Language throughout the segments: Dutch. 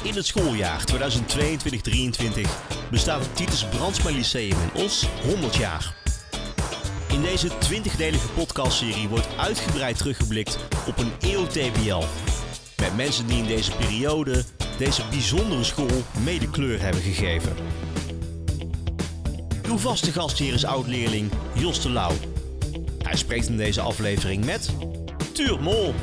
In het schooljaar 2022-23 bestaat het Titus Brandsma Lyceum in Os 100 jaar. In deze 20-delige podcastserie wordt uitgebreid teruggeblikt op een eeuw TBL. Met mensen die in deze periode deze bijzondere school mede kleur hebben gegeven. Uw vaste gastheer is oud-leerling Jos de Lauw. Hij spreekt in deze aflevering met Tuurt Mol.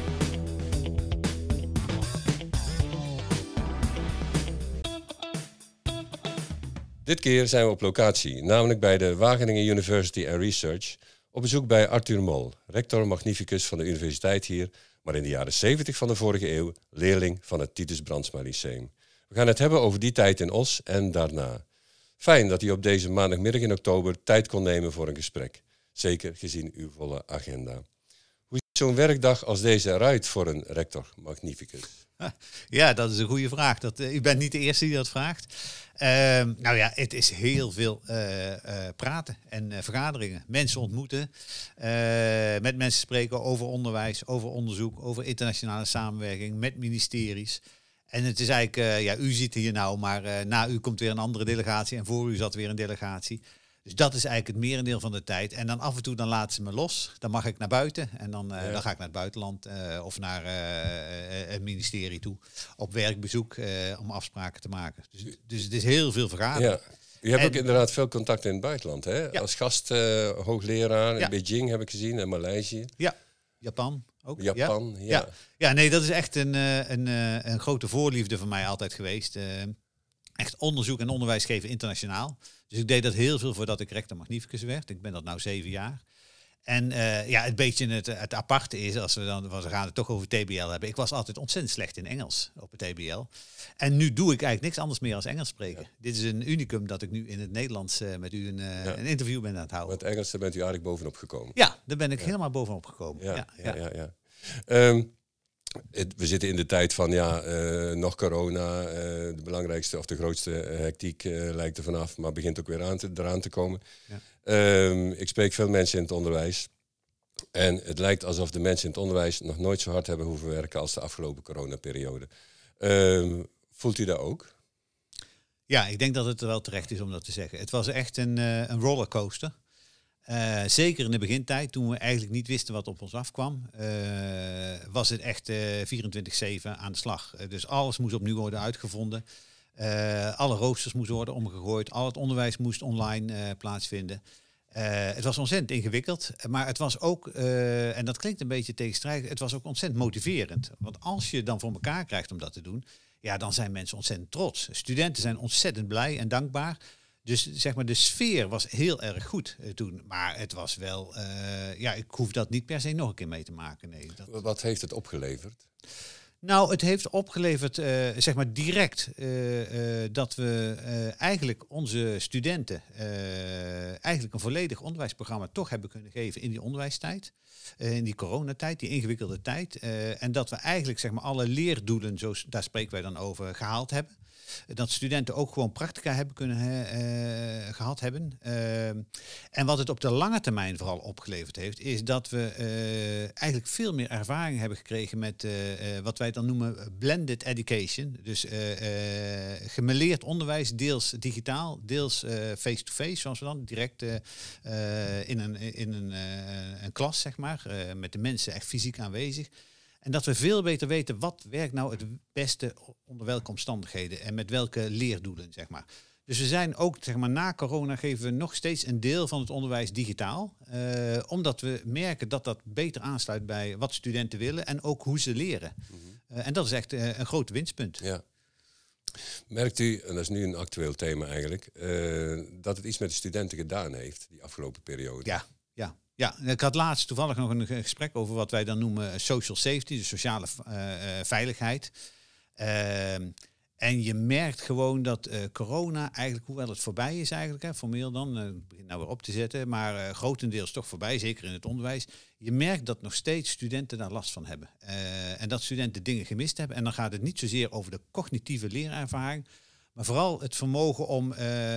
Dit keer zijn we op locatie, namelijk bij de Wageningen University and Research, op bezoek bij Arthur Mol, rector magnificus van de universiteit hier, maar in de jaren 70 van de vorige eeuw leerling van het Titus Brandsma Lyceum. We gaan het hebben over die tijd in Os en daarna. Fijn dat u op deze maandagmiddag in oktober tijd kon nemen voor een gesprek. Zeker gezien uw volle agenda. Hoe ziet zo'n werkdag als deze eruit voor een rector magnificus? Ja, dat is een goede vraag. U bent niet de eerste die dat vraagt. Nou ja, het is heel veel praten en vergaderingen. Mensen ontmoeten, met mensen spreken over onderwijs, over onderzoek, over internationale samenwerking met ministeries. En het is eigenlijk, u zit hier nou, maar na u komt weer een andere delegatie en voor u zat weer een delegatie. Dus dat is eigenlijk het merendeel van de tijd. En dan af en toe dan laten ze me los. Dan mag ik naar buiten. En dan ga ik naar het buitenland of naar een ministerie toe. Op werkbezoek om afspraken te maken. Dus het is heel veel vergaderen. Ja. U hebt ook inderdaad veel contact in het buitenland. Hè? Ja. Als gast hoogleraar in Beijing heb ik gezien en Maleisië. Ja, Japan ook. Japan, ja, nee, dat is echt een grote voorliefde van mij altijd geweest. Echt onderzoek en onderwijs geven internationaal. Dus ik deed dat heel veel voordat ik rector magnificus werd. Ik ben dat nu 7 jaar. En het beetje het aparte is, als we gaan het toch over TBL hebben. Ik was altijd ontzettend slecht in Engels op het TBL. En nu doe ik eigenlijk niks anders meer dan Engels spreken. Ja. Dit is een unicum dat ik nu in het Nederlands met u een interview ben aan het houden. Met Engels bent u eigenlijk bovenop gekomen. Ja, daar ben ik helemaal bovenop gekomen. Ja. We zitten in de tijd van nog corona, de belangrijkste of de grootste hectiek lijkt er vanaf, maar begint ook weer eraan te komen. Ja. Ik spreek veel mensen in het onderwijs en het lijkt alsof de mensen in het onderwijs nog nooit zo hard hebben hoeven werken als de afgelopen coronaperiode. Voelt u dat ook? Ja, ik denk dat het wel terecht is om dat te zeggen. Het was echt een rollercoaster. Zeker in de begintijd, toen we eigenlijk niet wisten wat op ons afkwam, was het echt 24/7 aan de slag. Dus alles moest opnieuw worden uitgevonden. Alle roosters moesten worden omgegooid. Al het onderwijs moest online plaatsvinden. Het was ontzettend ingewikkeld, maar het was ook, en dat klinkt een beetje tegenstrijdig, het was ook ontzettend motiverend. Want als je dan voor elkaar krijgt om dat te doen, ja, dan zijn mensen ontzettend trots. Studenten zijn ontzettend blij en dankbaar. Dus zeg maar, de sfeer was heel erg goed toen. Maar het was wel, ik hoef dat niet per se nog een keer mee te maken. Nee, Wat heeft het opgeleverd? Nou, het heeft opgeleverd, zeg maar direct, dat we eigenlijk onze studenten eigenlijk een volledig onderwijsprogramma toch hebben kunnen geven in die onderwijstijd. In die coronatijd, die ingewikkelde tijd. En dat we eigenlijk, zeg maar, alle leerdoelen, daar spreken wij dan over, gehaald hebben. Dat studenten ook gewoon practica hebben gehad hebben. En wat het op de lange termijn vooral opgeleverd heeft, is dat we eigenlijk veel meer ervaring hebben gekregen met wat wij dan noemen blended education. Dus gemêleerd onderwijs, deels digitaal, deels face-to-face, zoals we dan direct in een klas, zeg maar, met de mensen echt fysiek aanwezig. En dat we veel beter weten wat werkt nou het beste onder welke omstandigheden en met welke leerdoelen, zeg maar. Dus we zijn ook, zeg maar, na corona geven we nog steeds een deel van het onderwijs digitaal. Omdat we merken dat dat beter aansluit bij wat studenten willen en ook hoe ze leren. Mm-hmm. En dat is echt een groot winstpunt. Ja. Merkt u, en dat is nu een actueel thema eigenlijk, dat het iets met de studenten gedaan heeft, die afgelopen periode? Ja. Ja, ik had laatst toevallig nog een gesprek over wat wij dan noemen social safety, dus sociale veiligheid. En je merkt gewoon dat corona eigenlijk, hoewel het voorbij is eigenlijk, formeel dan, begint nou weer op te zetten, maar grotendeels toch voorbij, zeker in het onderwijs. Je merkt dat nog steeds studenten daar last van hebben. En dat studenten dingen gemist hebben. En dan gaat het niet zozeer over de cognitieve leerervaring, maar vooral het vermogen om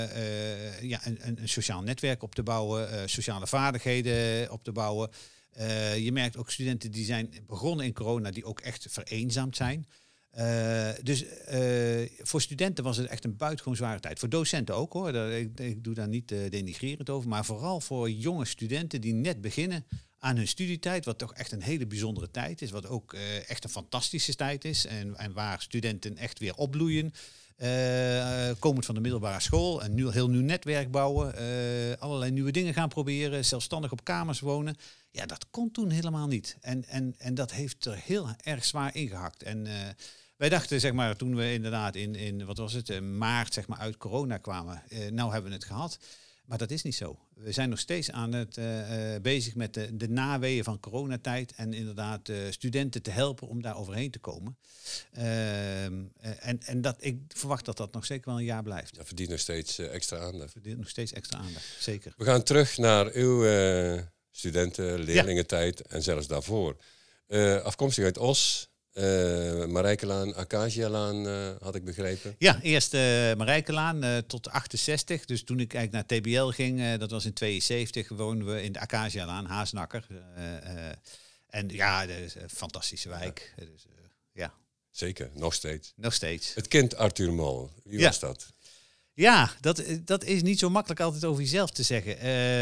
een sociaal netwerk op te bouwen, sociale vaardigheden op te bouwen. Je merkt ook studenten die zijn begonnen in corona, die ook echt vereenzaamd zijn. Dus voor studenten was het echt een buitengewoon zware tijd. Voor docenten ook hoor. Ik doe daar niet denigrerend over. Maar vooral voor jonge studenten die net beginnen aan hun studietijd. Wat toch echt een hele bijzondere tijd is. Wat ook echt een fantastische tijd is. En waar studenten echt weer opbloeien. Komend van de middelbare school. Een heel nieuw netwerk bouwen. Allerlei nieuwe dingen gaan proberen. Zelfstandig op kamers wonen. Ja, dat kon toen helemaal niet. En dat heeft er heel erg zwaar ingehakt. En wij dachten, zeg maar, toen we inderdaad in wat was het, maart, zeg maar, uit corona kwamen. Nou hebben we het gehad. Maar dat is niet zo. We zijn nog steeds aan het bezig met de naweeën van coronatijd. En inderdaad studenten te helpen om daar overheen te komen. En ik verwacht dat dat nog zeker wel een jaar blijft. Dat verdient nog steeds extra aandacht. Verdient nog steeds extra aandacht, zeker. We gaan terug naar uw studenten, leerlingentijd en zelfs daarvoor. Afkomstig uit Os, Marijkelaan, Acacialaan had ik begrepen. Ja, eerst Marijkelaan tot 68. Dus toen ik eigenlijk naar TBL ging, dat was in 72, woonden we in de Acacialaan, Haasnakker. En ja, dat is een fantastische wijk. Ja. Dus, ja. Zeker, nog steeds. Nog steeds. Het kind Arthur Mol, wie was dat? Ja, dat is niet zo makkelijk altijd over jezelf te zeggen.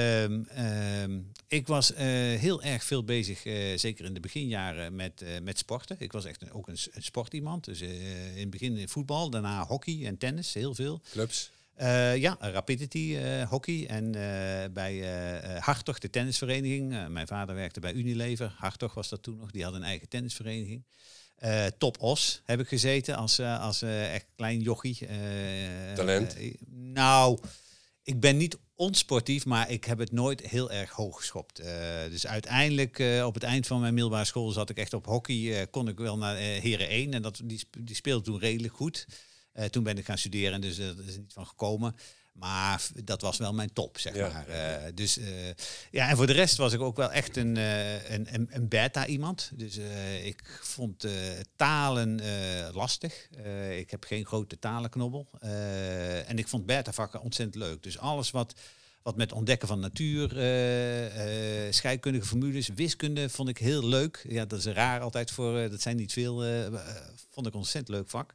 Ik was heel erg veel bezig, zeker in de beginjaren, met sporten. Ik was echt ook een sportiemand. Dus in het begin voetbal, daarna hockey en tennis, heel veel. Clubs? Ja, Rapidity, hockey. En bij Hartog, de tennisvereniging. Mijn vader werkte bij Unilever. Hartog was dat toen nog. Die had een eigen tennisvereniging. Top Os heb ik gezeten als echt klein jochie. Talent? Nou, ik ben niet onsportief, maar ik heb het nooit heel erg hoog geschopt. Dus uiteindelijk op het eind van mijn middelbare school zat ik echt op hockey. Kon ik wel naar Heren 1 en die speelde toen redelijk goed. Toen ben ik gaan studeren, dus dat is niet van gekomen. Maar dat was wel mijn top, zeg maar. Ja, en voor de rest was ik ook wel echt een beta-iemand. Dus ik vond talen lastig. Ik heb geen grote talenknobbel. En ik vond beta-vakken ontzettend leuk. Dus alles wat met ontdekken van natuur, scheikundige formules, wiskunde vond ik heel leuk. Ja, dat is raar altijd voor, dat zijn niet veel, vond ik een ontzettend leuk vak.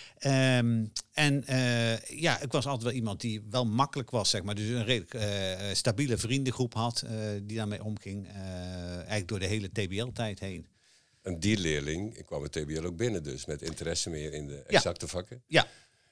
Ja, ik was altijd wel iemand die wel makkelijk was, zeg maar. Dus een redelijk stabiele vriendengroep had die daarmee omging. Eigenlijk door de hele TBL-tijd heen. En die leerling kwam het TBL ook binnen dus, met interesse meer in de exacte vakken. Ja.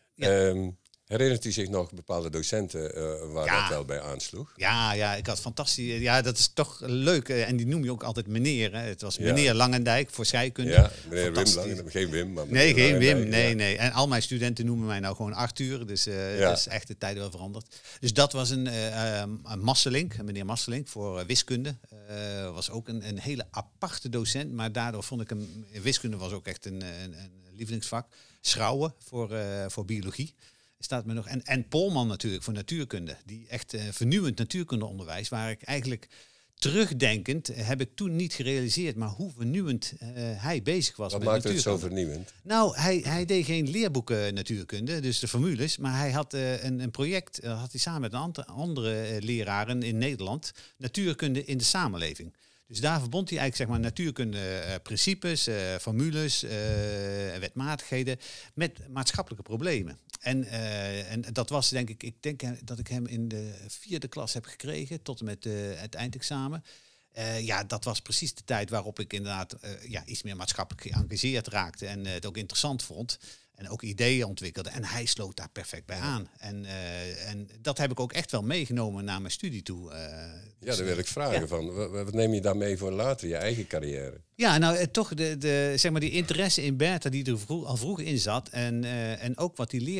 Herinnert u zich nog bepaalde docenten waar dat wel bij aansloeg? Ja, ik had fantastisch. Ja, dat is toch leuk. En die noem je ook altijd meneer. Hè. Het was meneer Langendijk voor scheikunde. Ja, meneer Wim Langendijk. Geen Wim, maar nee, geen Wim. Nee. En al mijn studenten noemen mij nou gewoon Arthur. Dus dat is echt de tijden wel veranderd. Dus dat was een Masselink, meneer Masselink voor wiskunde. Was ook een hele aparte docent. Maar daardoor vond ik hem... Wiskunde was ook echt een lievelingsvak. Schrauwen voor biologie. Staat me nog. En Polman natuurlijk voor natuurkunde. Die echt vernieuwend natuurkundeonderwijs. Waar ik eigenlijk terugdenkend heb ik toen niet gerealiseerd. Maar hoe vernieuwend hij bezig was. Wat met maakte het natuurkunde. zo vernieuwend? Nou, hij deed geen leerboeken natuurkunde. Dus de formules. Maar hij had een project. Had hij samen met andere leraren in Nederland. Natuurkunde in de samenleving. Dus daar verbond hij eigenlijk, zeg maar, natuurkunde principes, formules, wetmatigheden met maatschappelijke problemen. En dat was, denk ik denk dat ik hem in de 4e klas heb gekregen tot en met het eindexamen. Ja, dat was precies de tijd waarop ik inderdaad iets meer maatschappelijk geëngageerd raakte en het ook interessant vond. En ook ideeën ontwikkelde. En hij sloot daar perfect bij aan. En dat heb ik ook echt wel meegenomen naar mijn studie toe. Ja, daar wil ik vragen van. Wat neem je daarmee voor later, je eigen carrière? Ja, nou toch zeg maar die interesse in beta die er al vroeg in zat. En ook wat die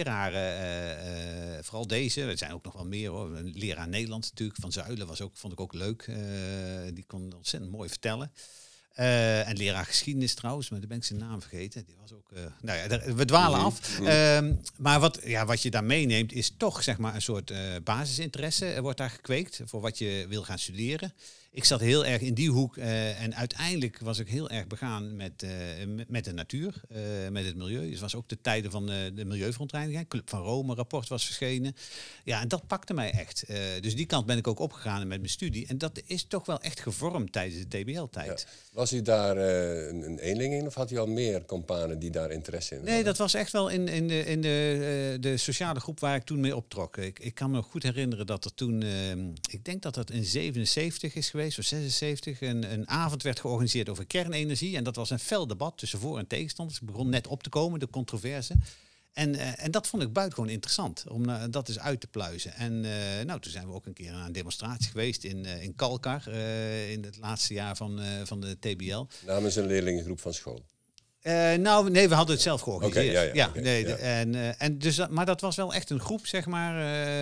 leraren, vooral deze, er zijn ook nog wel meer hoor. Een leraar Nederlands natuurlijk, Van Zuilen vond ik ook leuk. Die kon ontzettend mooi vertellen. En leraar geschiedenis trouwens, maar daar ben ik zijn naam vergeten. Die was ook. We dwalen af. Maar wat je daar meeneemt is toch, zeg maar, een soort basisinteresse wordt daar gekweekt voor wat je wil gaan studeren. ik zat heel erg in die hoek en uiteindelijk was ik heel erg begaan met de natuur, met het milieu. Het was ook de tijden van de milieuverontreiniging. Club van Rome rapport was verschenen. Ja, en dat pakte mij echt. Dus die kant ben ik ook opgegaan met mijn studie. En dat is toch wel echt gevormd tijdens de TBL-tijd. Ja. Was u daar een eenling in of had u al meer companen die daar interesse in hadden? Nee, dat was echt wel in de sociale groep waar ik toen mee optrok. Ik kan me nog goed herinneren dat er toen, ik denk dat in 77 is geweest, of 76, een avond werd georganiseerd over kernenergie. En dat was een fel debat tussen voor- en tegenstanders. Het begon net op te komen, de controverse. En dat vond ik buitengewoon interessant, om dat eens uit te pluizen. En toen zijn we ook een keer aan een demonstratie geweest in Kalkar, in het laatste jaar van de TBL. Namens een leerlingengroep van school? Nee, we hadden het zelf georganiseerd. Maar dat was wel echt een groep, zeg maar,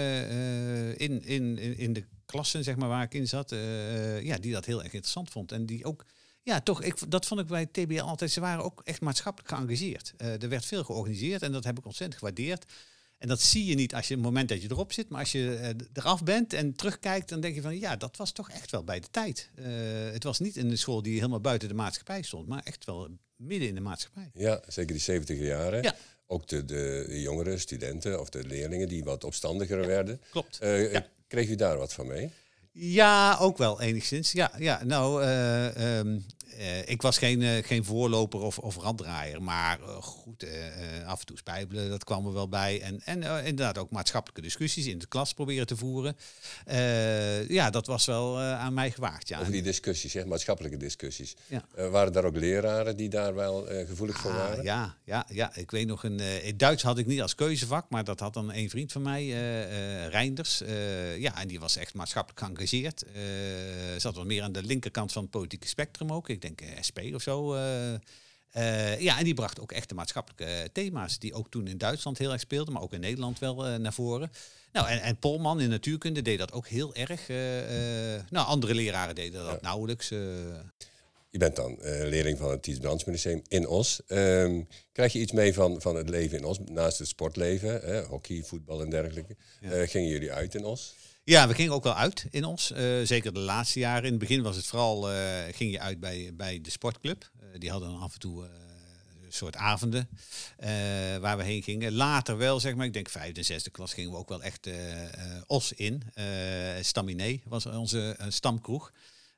in de klassen, zeg maar, waar ik in zat, die dat heel erg interessant vond. En die ook, ja, toch, dat vond ik bij TBL altijd, ze waren ook echt maatschappelijk geëngageerd. Er werd veel georganiseerd en dat heb ik ontzettend gewaardeerd. En dat zie je niet als je het moment dat je erop zit, maar als je eraf bent en terugkijkt, dan denk je van ja, dat was toch echt wel bij de tijd. Het was niet een school die helemaal buiten de maatschappij stond, maar echt wel midden in de maatschappij. Ja, zeker die 70 jaren. Ja. Ook de jongere studenten of de leerlingen die wat opstandiger werden. Klopt. Kreeg u daar wat van mee? Ja, ook wel enigszins. Ik was geen voorloper of raddraaier, maar goed, af en toe spijbelen, dat kwam er wel bij. En inderdaad ook maatschappelijke discussies in de klas proberen te voeren. Dat was wel aan mij gewaagd. Ja. Over die discussies, maatschappelijke discussies. Ja. Waren daar ook leraren die daar wel gevoelig voor waren? Ja. Ik weet nog, in Duits had ik niet als keuzevak, maar dat had dan een vriend van mij, Reinders. En die was echt maatschappelijk geëngageerd. Zat wel meer aan de linkerkant van het politieke spectrum ook. Ik denk SP of zo. En die bracht ook echt de maatschappelijke thema's die ook toen in Duitsland heel erg speelden, maar ook in Nederland wel naar voren. Nou, en Polman in natuurkunde deed dat ook heel erg. Andere leraren deden dat nauwelijks. Je bent dan leerling van het Tietz Brandsma-lyceum in Os. Krijg je iets mee van het leven in Os, naast het sportleven, hockey, voetbal en dergelijke? Ja. Gingen jullie uit in Os? Ja, we gingen ook wel uit in Os. Zeker de laatste jaren. In het begin was het vooral, ging je uit bij de sportclub. Die hadden dan af en toe een soort avonden waar we heen gingen. Later wel, zeg maar, ik denk 5e en 6e klas gingen we ook wel echt Os in. Staminé was onze stamkroeg.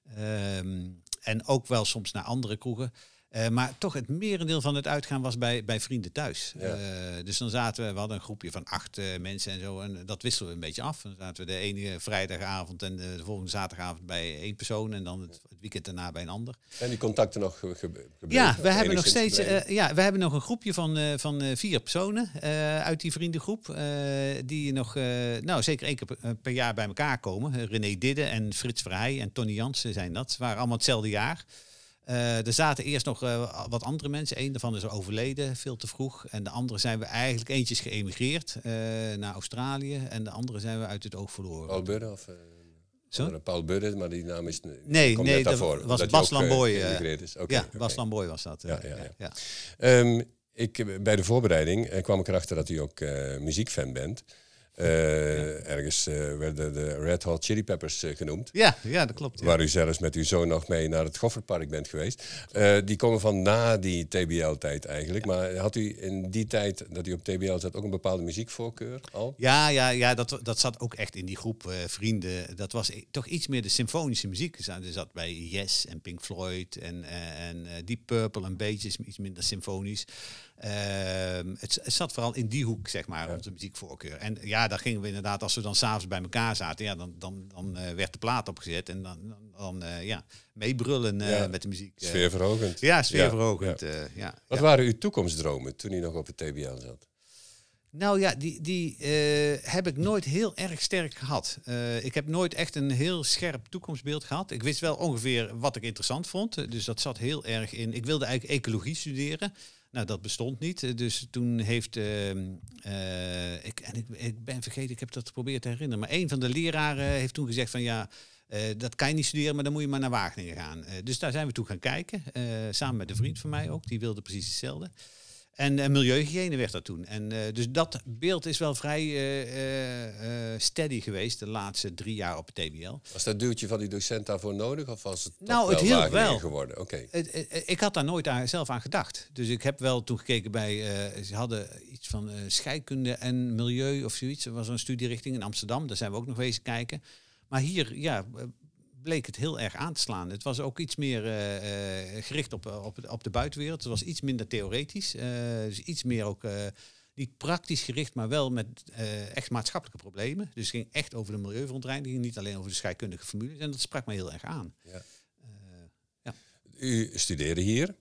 En ook wel soms naar andere kroegen. Maar toch het merendeel van het uitgaan was bij vrienden thuis. Ja. Dus dan zaten we hadden een groepje van 8 mensen en zo. En dat wisselden we een beetje af. Dan zaten we de ene vrijdagavond en de volgende zaterdagavond bij 1 persoon. En dan het weekend daarna bij een ander. En die contacten nog gebleven? Ja, we hebben nog steeds. We hebben nog een groepje van 4 personen uit die vriendengroep. Die nog zeker 1 keer per jaar bij elkaar komen. René Didde en Frits Verheij en Tony Jansen zijn dat. Ze waren allemaal hetzelfde jaar. Er zaten eerst nog wat andere mensen. Eén daarvan is overleden, veel te vroeg. En de andere zijn we eigenlijk eentjes geëmigreerd naar Australië. En de andere zijn we uit het oog verloren. Paul Budde of... Paul Budde, maar die naam is... Nee, dat was Bas Lamboy. Bas Lamboy was dat. Ja. Bij de voorbereiding kwam ik erachter dat u ook muziekfan bent. Ergens werden de Red Hot Chili Peppers genoemd. Ja, dat klopt. Ja. Waar u zelfs met uw zoon nog mee naar het Goffertpark bent geweest. Die komen van na die TBL-tijd eigenlijk. Ja. Maar had u in die tijd dat u op TBL zat ook een bepaalde muziekvoorkeur al? Ja, dat zat ook echt in die groep vrienden. Dat was toch iets meer de symfonische muziek. Er zat bij Yes en Pink Floyd en Deep Purple een beetje iets minder symfonisch. Het zat vooral in die hoek, zeg maar, onze muziekvoorkeur. En ja, daar gingen we inderdaad, als we dan s'avonds bij elkaar zaten, dan werd de plaat opgezet en dan meebrullen met de muziek. Sfeerverhogend. Ja, sfeerverhogend. Wat waren uw toekomstdromen toen u nog op het TBL zat? Nou ja, die heb ik nooit heel erg sterk gehad. Ik heb nooit echt een heel scherp toekomstbeeld gehad. Ik wist wel ongeveer wat ik interessant vond. Dus dat zat heel erg in. Ik wilde eigenlijk ecologie studeren. Nou, dat bestond niet. Dus toen heeft... ik ben vergeten, ik heb dat geprobeerd te herinneren. Maar een van de leraren heeft toen gezegd van ja... dat kan je niet studeren, maar dan moet je maar naar Wageningen gaan. Dus daar zijn we toe gaan kijken. Samen met een vriend van mij ook. Die wilde precies hetzelfde. En milieuhygiëne werd dat toen. En dus dat beeld is wel vrij steady geweest de laatste 3 jaar op het TBL. Was dat duwtje van die docent daarvoor nodig? Of was het het hielp wel geworden? Okay. Ik had daar nooit zelf aan gedacht. Dus ik heb wel toen gekeken bij... ze hadden iets van scheikunde en milieu of zoiets. Er was een studierichting in Amsterdam. Daar zijn we ook nog wezen kijken. Maar hier bleek het heel erg aan te slaan. Het was ook iets meer gericht op de buitenwereld. Het was iets minder theoretisch. Dus iets meer ook niet praktisch gericht, maar wel met echt maatschappelijke problemen. Dus het ging echt over de milieuverontreiniging, niet alleen over de scheikundige formules. En dat sprak me heel erg aan. Ja. U studeerde hier.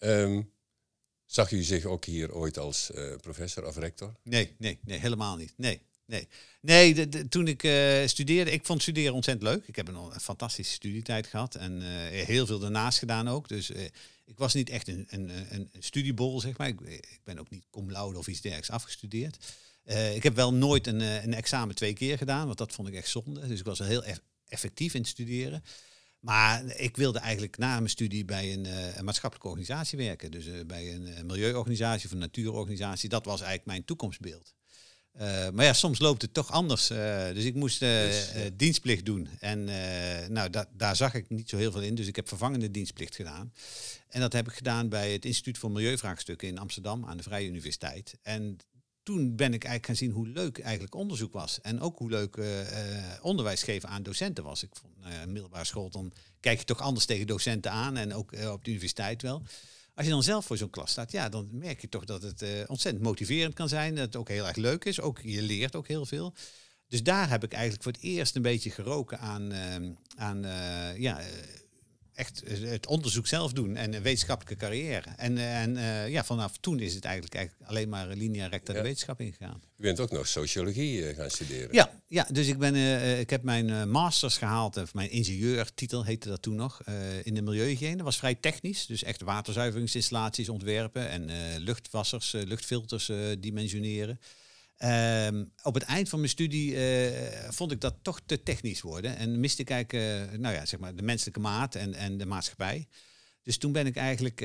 Zag u zich ook hier ooit als professor of rector? Nee, helemaal niet. Nee, toen ik studeerde, ik vond studeren ontzettend leuk. Ik heb een fantastische studietijd gehad en heel veel daarnaast gedaan ook. Dus ik was niet echt een studiebol, zeg maar. Ik ben ook niet cum laude of iets dergelijks afgestudeerd. Ik heb wel nooit een examen 2 keer gedaan, want dat vond ik echt zonde. Dus ik was wel heel effectief in het studeren. Maar ik wilde eigenlijk na mijn studie bij een maatschappelijke organisatie werken. Dus bij een milieuorganisatie of een natuurorganisatie. Dat was eigenlijk mijn toekomstbeeld. Maar ja, soms loopt het toch anders. Dus ik moest dienstplicht doen. En daar zag ik niet zo heel veel in. Dus ik heb vervangende dienstplicht gedaan. En dat heb ik gedaan bij het Instituut voor Milieuvraagstukken in Amsterdam aan de Vrije Universiteit. En toen ben ik eigenlijk gaan zien hoe leuk eigenlijk onderzoek was. En ook hoe leuk onderwijs geven aan docenten was. Ik vond middelbare school, dan kijk je toch anders tegen docenten aan. En ook op de universiteit wel. Als je dan zelf voor zo'n klas staat, ja, dan merk je toch dat het ontzettend motiverend kan zijn. Dat het ook heel erg leuk is. Ook, je leert ook heel veel. Dus daar heb ik eigenlijk voor het eerst een beetje geroken aan echt het onderzoek zelf doen en een wetenschappelijke carrière. En vanaf toen is het eigenlijk alleen maar linea recta de wetenschap ingegaan. U bent ook nog sociologie gaan studeren. Ja, dus ik heb mijn masters gehaald, of mijn ingenieurtitel heette dat toen nog, in de milieuhygiëne. Dat was vrij technisch, dus echt waterzuiveringsinstallaties ontwerpen en luchtwassers, luchtfilters dimensioneren. Op het eind van mijn studie vond ik dat toch te technisch worden. En miste ik eigenlijk zeg maar de menselijke maat en de maatschappij. Dus toen ben ik eigenlijk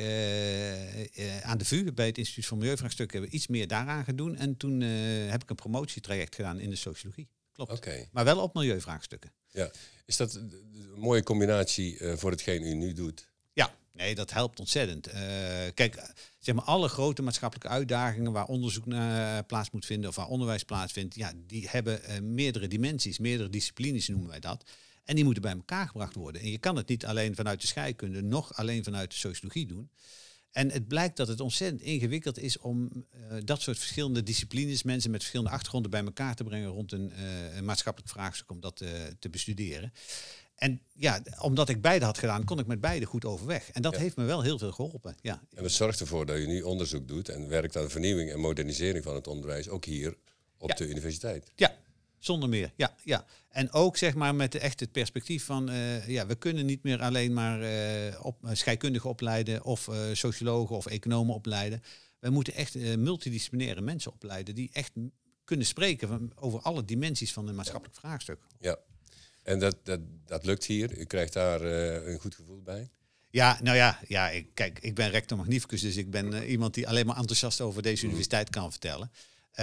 aan de VU, bij het Instituut voor Milieuvraagstukken, iets meer daaraan gaan doen. En toen heb ik een promotietraject gedaan in de sociologie. Klopt. Okay. Maar wel op milieuvraagstukken. Ja. Is dat een mooie combinatie voor hetgeen u nu doet? Ja, nee, dat helpt ontzettend. Kijk, zeg maar, alle grote maatschappelijke uitdagingen waar onderzoek naar plaats moet vinden of waar onderwijs plaatsvindt, ja, die hebben meerdere dimensies, meerdere disciplines noemen wij dat. En die moeten bij elkaar gebracht worden. En je kan het niet alleen vanuit de scheikunde, nog alleen vanuit de sociologie doen. En het blijkt dat het ontzettend ingewikkeld is om dat soort verschillende disciplines, mensen met verschillende achtergronden bij elkaar te brengen rond een maatschappelijk vraagstuk om dat te bestuderen. En ja, omdat ik beide had gedaan, kon ik met beide goed overweg. En dat heeft me wel heel veel geholpen. Ja. En dat zorgt ervoor dat je nu onderzoek doet en werkt aan de vernieuwing en modernisering van het onderwijs, ook hier op de universiteit. Ja, zonder meer. Ja. En ook zeg maar met echt het perspectief van, we kunnen niet meer alleen maar scheikundigen opleiden of sociologen of economen opleiden. We moeten echt multidisciplinaire mensen opleiden die echt kunnen spreken over alle dimensies van een maatschappelijk vraagstuk. Ja. En dat lukt hier? U krijgt daar een goed gevoel bij? Ja, ik ben rector magnificus, dus ik ben iemand die alleen maar enthousiast over deze universiteit kan vertellen.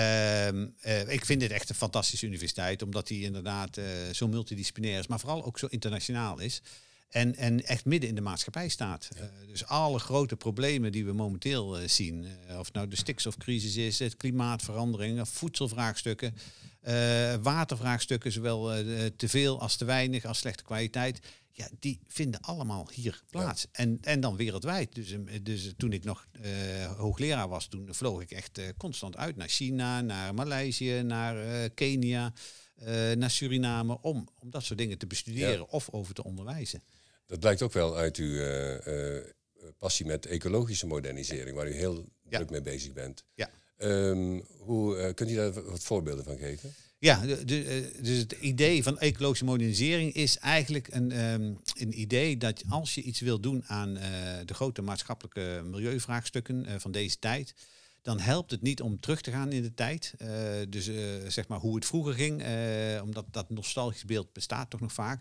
Ik vind dit echt een fantastische universiteit, omdat die inderdaad zo multidisciplinair is, maar vooral ook zo internationaal is. En echt midden in de maatschappij staat. Dus alle grote problemen die we momenteel zien, of het nou de stikstofcrisis is, het klimaatverandering, voedselvraagstukken, watervraagstukken, zowel te veel als te weinig, als slechte kwaliteit. Ja, die vinden allemaal hier plaats. Ja. En dan wereldwijd. Dus toen ik nog hoogleraar was, toen vloog ik echt constant uit naar China, naar Maleisië, naar Kenia, naar Suriname, om dat soort dingen te bestuderen of over te onderwijzen. Dat blijkt ook wel uit uw passie met ecologische modernisering, waar u heel druk mee bezig bent. Ja. Kunt u daar wat voorbeelden van geven? Ja, dus het idee van ecologische modernisering is eigenlijk een idee dat als je iets wil doen aan de grote maatschappelijke milieuvraagstukken van deze tijd, dan helpt het niet om terug te gaan in de tijd. Zeg maar hoe het vroeger ging, omdat dat nostalgisch beeld bestaat toch nog vaak.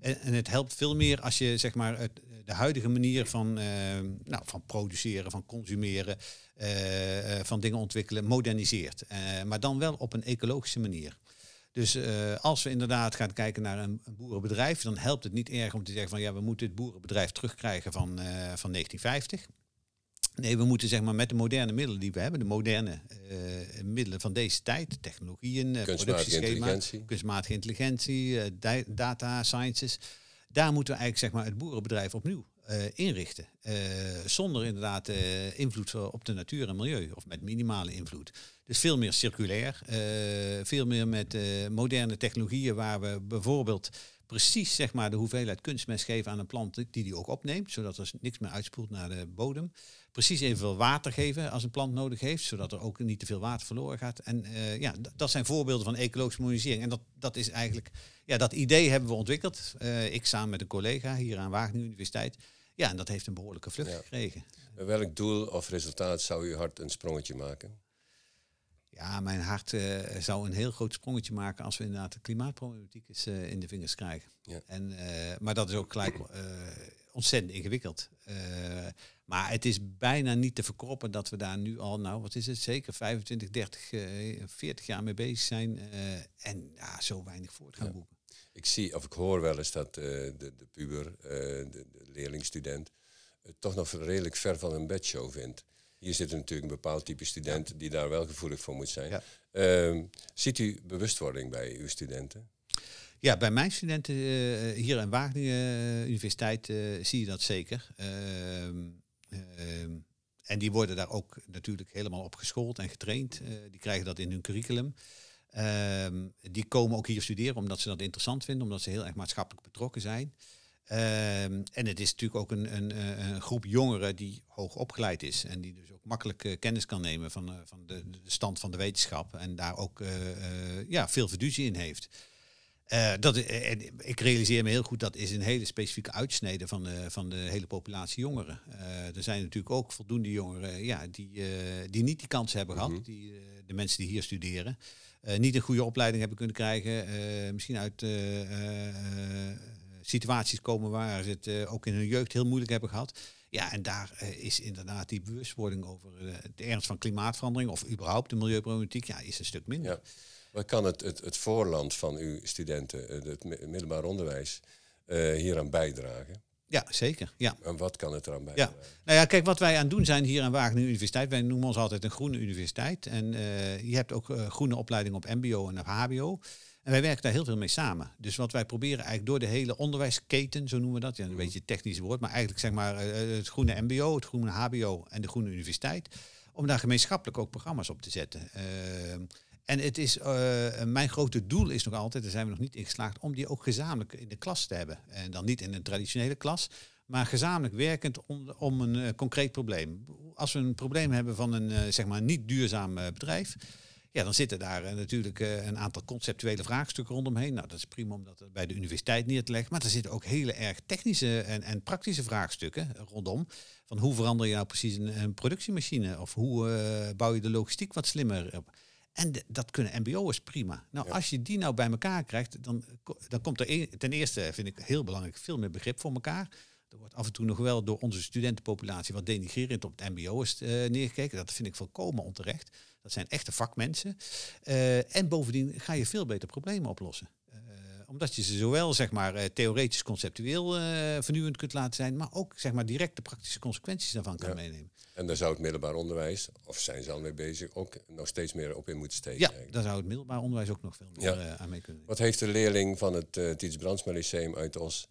En het helpt veel meer als je zeg maar de huidige manier van produceren, van consumeren, van dingen ontwikkelen, moderniseert. Maar dan wel op een ecologische manier. Dus als we inderdaad gaan kijken naar een boerenbedrijf, dan helpt het niet erg om te zeggen van ja, we moeten het boerenbedrijf terugkrijgen van 1950. Nee, we moeten zeg maar met de moderne middelen die we hebben, de moderne middelen van deze tijd, technologieën, kunstmatige intelligentie, data sciences, daar moeten we eigenlijk zeg maar het boerenbedrijf opnieuw inrichten. Zonder inderdaad invloed op de natuur en milieu, of met minimale invloed. Dus veel meer circulair, veel meer met moderne technologieën waar we bijvoorbeeld precies zeg maar de hoeveelheid kunstmest geven aan een plant die ook opneemt, zodat er niks meer uitspoelt naar de bodem. Precies evenveel water geven als een plant nodig heeft, zodat er ook niet te veel water verloren gaat. En dat zijn voorbeelden van ecologische modernisering. En dat is eigenlijk, dat idee hebben we ontwikkeld. Ik samen met een collega hier aan Wageningen Universiteit. Ja, en dat heeft een behoorlijke vlucht gekregen. Met welk doel of resultaat zou uw hart een sprongetje maken? Ja, mijn hart zou een heel groot sprongetje maken als we inderdaad de klimaatproblematiek eens in de vingers krijgen. Ja. Maar dat is ook gelijk ontzettend ingewikkeld. Maar het is bijna niet te verkroppen dat we daar nu al, zeker 25, 30, 40 jaar mee bezig zijn. En zo weinig voort gaan boeken. Ik zie, of ik hoor wel eens dat de puber, de leerlingstudent, toch nog redelijk ver van een bedshow vindt. Hier zit natuurlijk een bepaald type student die daar wel gevoelig voor moet zijn. Ja. Ziet u bewustwording bij uw studenten? Ja, bij mijn studenten hier aan Wageningen Universiteit zie je dat zeker. En die worden daar ook natuurlijk helemaal op geschoold en getraind. Die krijgen dat in hun curriculum. Die komen ook hier studeren omdat ze dat interessant vinden, omdat ze heel erg maatschappelijk betrokken zijn. En het is natuurlijk ook een groep jongeren die hoog opgeleid is en die dus ook makkelijk kennis kan nemen van de stand van de wetenschap en daar ook veel fiducie in heeft. Ik realiseer me heel goed, dat is een hele specifieke uitsnede van de hele populatie jongeren. Er zijn natuurlijk ook voldoende jongeren die niet die kans hebben gehad, de mensen die hier studeren. Niet een goede opleiding hebben kunnen krijgen, misschien uit situaties komen waar ze het ook in hun jeugd heel moeilijk hebben gehad. Ja, en daar is inderdaad die bewustwording over de ernst van klimaatverandering of überhaupt de milieuproblematiek is een stuk minder. Ja. Wat kan het voorland van uw studenten, het middelbaar onderwijs, hieraan bijdragen? Ja, zeker. Ja. En wat kan het eraan bijdragen? Ja. Nou ja, kijk, wat wij aan het doen zijn hier aan Wageningen Universiteit. Wij noemen ons altijd een groene universiteit. En je hebt ook groene opleidingen op mbo en op hbo. En wij werken daar heel veel mee samen. Dus wat wij proberen eigenlijk door de hele onderwijsketen, zo noemen we dat. Ja, een beetje een technisch woord, maar eigenlijk zeg maar het groene mbo, het groene hbo en de groene universiteit. Om daar gemeenschappelijk ook programma's op te zetten. En het is, mijn grote doel is nog altijd, daar zijn we nog niet in geslaagd, om die ook gezamenlijk in de klas te hebben. En dan niet in een traditionele klas, maar gezamenlijk werkend om een concreet probleem. Als we een probleem hebben van een niet duurzaam bedrijf, dan zitten daar natuurlijk een aantal conceptuele vraagstukken rondomheen. Nou, dat is prima om dat bij de universiteit neer te leggen. Maar er zitten ook hele erg technische en praktische vraagstukken rondom. Van hoe verander je nou precies een productiemachine? Of hoe bouw je de logistiek wat slimmer op? En dat kunnen mbo'ers prima. Nou, als je die nou bij elkaar krijgt, dan komt er ten eerste, vind ik heel belangrijk, veel meer begrip voor elkaar. Er wordt af en toe nog wel door onze studentenpopulatie wat denigrerend op het mbo'ers neergekeken. Dat vind ik volkomen onterecht. Dat zijn echte vakmensen. En bovendien ga je veel beter problemen oplossen. Omdat je ze zowel theoretisch conceptueel vernieuwend kunt laten zijn, maar ook direct de praktische consequenties daarvan kan meenemen. En daar zou het middelbaar onderwijs, of zijn ze al mee bezig, ook nog steeds meer op in moeten steken? Ja, daar zou het middelbaar onderwijs ook nog veel meer aan mee kunnen. Wat heeft de leerling van het Titus Brandsma Lyceum uit Os,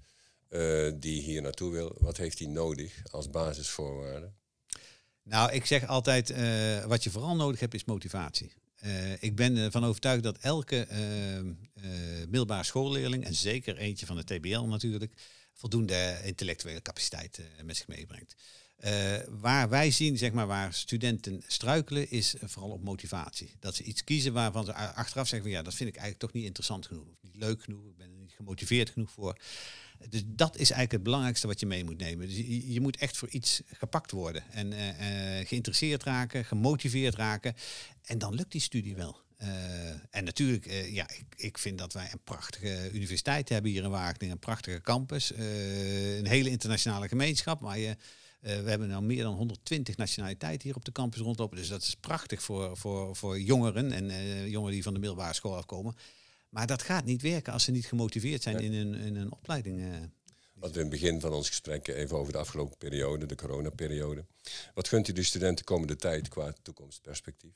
die hier naartoe wil, wat heeft hij nodig als basisvoorwaarde? Nou, ik zeg altijd, wat je vooral nodig hebt is motivatie. Ik ben ervan overtuigd dat elke middelbare schoolleerling, en zeker eentje van de TBL natuurlijk, voldoende intellectuele capaciteit met zich meebrengt. Waar wij zien, waar studenten struikelen, is vooral op motivatie. Dat ze iets kiezen waarvan ze achteraf zeggen van dat vind ik eigenlijk toch niet interessant genoeg. Of niet leuk genoeg, ik ben er niet gemotiveerd genoeg voor. Dus dat is eigenlijk het belangrijkste wat je mee moet nemen. Dus je moet echt voor iets gepakt worden. En geïnteresseerd raken, gemotiveerd raken. En dan lukt die studie wel. En natuurlijk, ik vind dat wij een prachtige universiteit hebben hier in Wageningen. Een prachtige campus. Een hele internationale gemeenschap. Maar we hebben nou meer dan 120 nationaliteiten hier op de campus rondlopen. Dus dat is prachtig voor jongeren en jongeren die van de middelbare school afkomen. Maar dat gaat niet werken als ze niet gemotiveerd zijn in een opleiding. Wat we in het begin van ons gesprek even over de afgelopen periode, de coronaperiode. Wat gunt u de studenten komende tijd qua toekomstperspectief?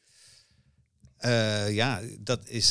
Dat is...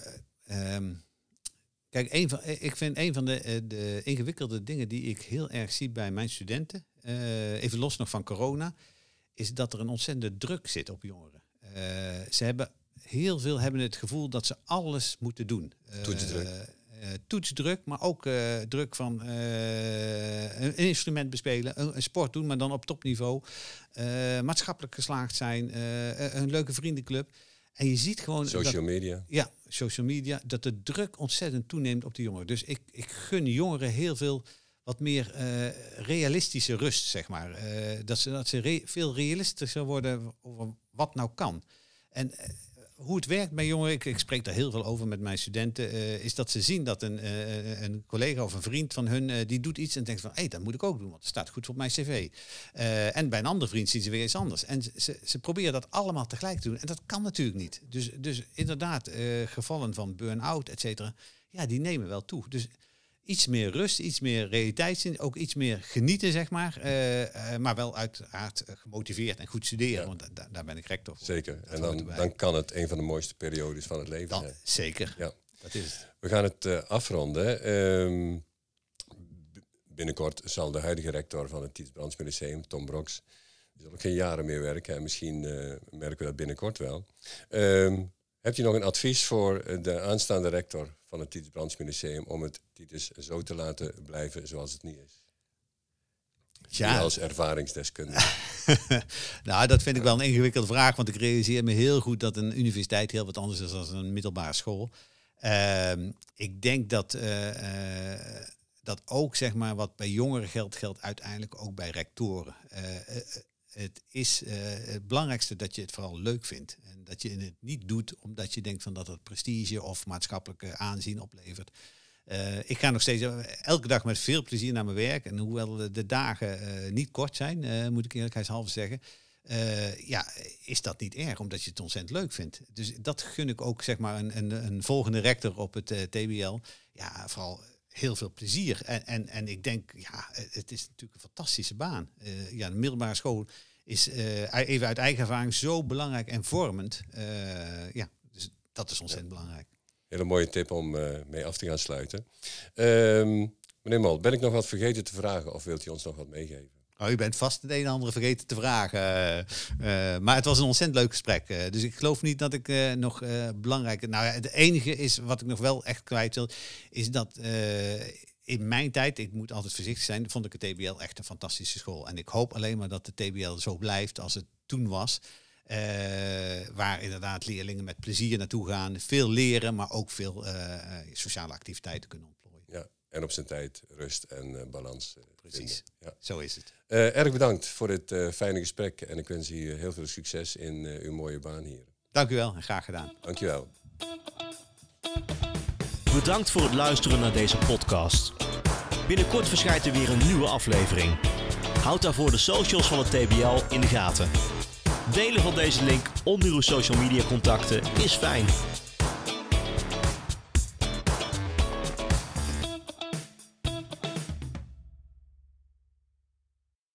Kijk, ik vind een van de ingewikkelde dingen die ik heel erg zie bij mijn studenten, even los nog van corona, is dat er een ontzettende druk zit op jongeren. Ze hebben het gevoel dat ze alles moeten doen. Toetsdruk, maar ook druk van een instrument bespelen, een sport doen, maar dan op topniveau. Maatschappelijk geslaagd zijn, een leuke vriendenclub. En je ziet gewoon... Social media. Ja, social media. Dat de druk ontzettend toeneemt op de jongeren. Dus ik gun jongeren heel veel wat meer realistische rust, zeg maar. Dat ze veel realistischer worden over wat nou kan. En hoe het werkt bij jongeren, ik spreek daar heel veel over met mijn studenten, is dat ze zien dat een collega of een vriend van hun, die doet iets en denkt van, dat moet ik ook doen, want het staat goed op mijn cv. En bij een andere vriend zien ze weer iets anders. En ze proberen dat allemaal tegelijk te doen. En dat kan natuurlijk niet. Dus inderdaad, gevallen van burn-out, et cetera, die nemen wel toe. Dus iets meer rust, iets meer realiteitszin, ook iets meer genieten, zeg maar. Maar wel uiteraard gemotiveerd en goed studeren, Ja. want daar ben ik rector voor. Zeker. En dan kan het een van de mooiste periodes van het leven zijn. Zeker, Ja. Dat is het. We gaan het afronden. Binnenkort zal de huidige rector van het Titus Brandsma Lyceum, Tom Broks, die zal ook geen jaren meer werken. En misschien merken we dat binnenkort wel. Hebt u nog een advies voor de aanstaande rector van het Titus Brandsma Lyceum om het Titus zo te laten blijven zoals het nu is? Ja. Als ervaringsdeskundige. Nou, dat vind ik wel een ingewikkelde vraag, want ik realiseer me heel goed dat een universiteit heel wat anders is dan een middelbare school. Ik denk dat ook, zeg maar, wat bij jongeren geldt uiteindelijk ook bij rectoren. Het is het belangrijkste dat je het vooral leuk vindt. En dat je het niet doet omdat je denkt van dat het prestige of maatschappelijke aanzien oplevert. Ik ga nog steeds elke dag met veel plezier naar mijn werk. En hoewel de dagen niet kort zijn, moet ik eerlijkheidshalve zeggen, is dat niet erg, omdat je het ontzettend leuk vindt. Dus dat gun ik ook, zeg maar, een volgende rector op het TBL. Ja, vooral heel veel plezier. En ik denk, het is natuurlijk een fantastische baan. De middelbare school is even uit eigen ervaring zo belangrijk en vormend. Dus dat is ontzettend belangrijk. Hele mooie tip om mee af te gaan sluiten. Meneer Mol, ben ik nog wat vergeten te vragen of wilt u ons nog wat meegeven? Oh, u bent vast het een en ander vergeten te vragen. Maar het was een ontzettend leuk gesprek. Dus ik geloof niet dat ik nog belangrijke... Nou ja, het enige is wat ik nog wel echt kwijt wil, is dat in mijn tijd, ik moet altijd voorzichtig zijn, vond ik het TBL echt een fantastische school. En ik hoop alleen maar dat de TBL zo blijft als het toen was. Waar inderdaad leerlingen met plezier naartoe gaan. Veel leren, maar ook veel sociale activiteiten kunnen ontplooien. Ja, en op zijn tijd rust en balans. Precies, ja. Zo is het. Erg bedankt voor dit fijne gesprek. En ik wens u heel veel succes in uw mooie baan hier. Dank u wel en graag gedaan. Dank u wel. Bedankt voor het luisteren naar deze podcast. Binnenkort verschijnt er weer een nieuwe aflevering. Houd daarvoor de socials van het TBL in de gaten. Delen van deze link onder uw social media contacten is fijn.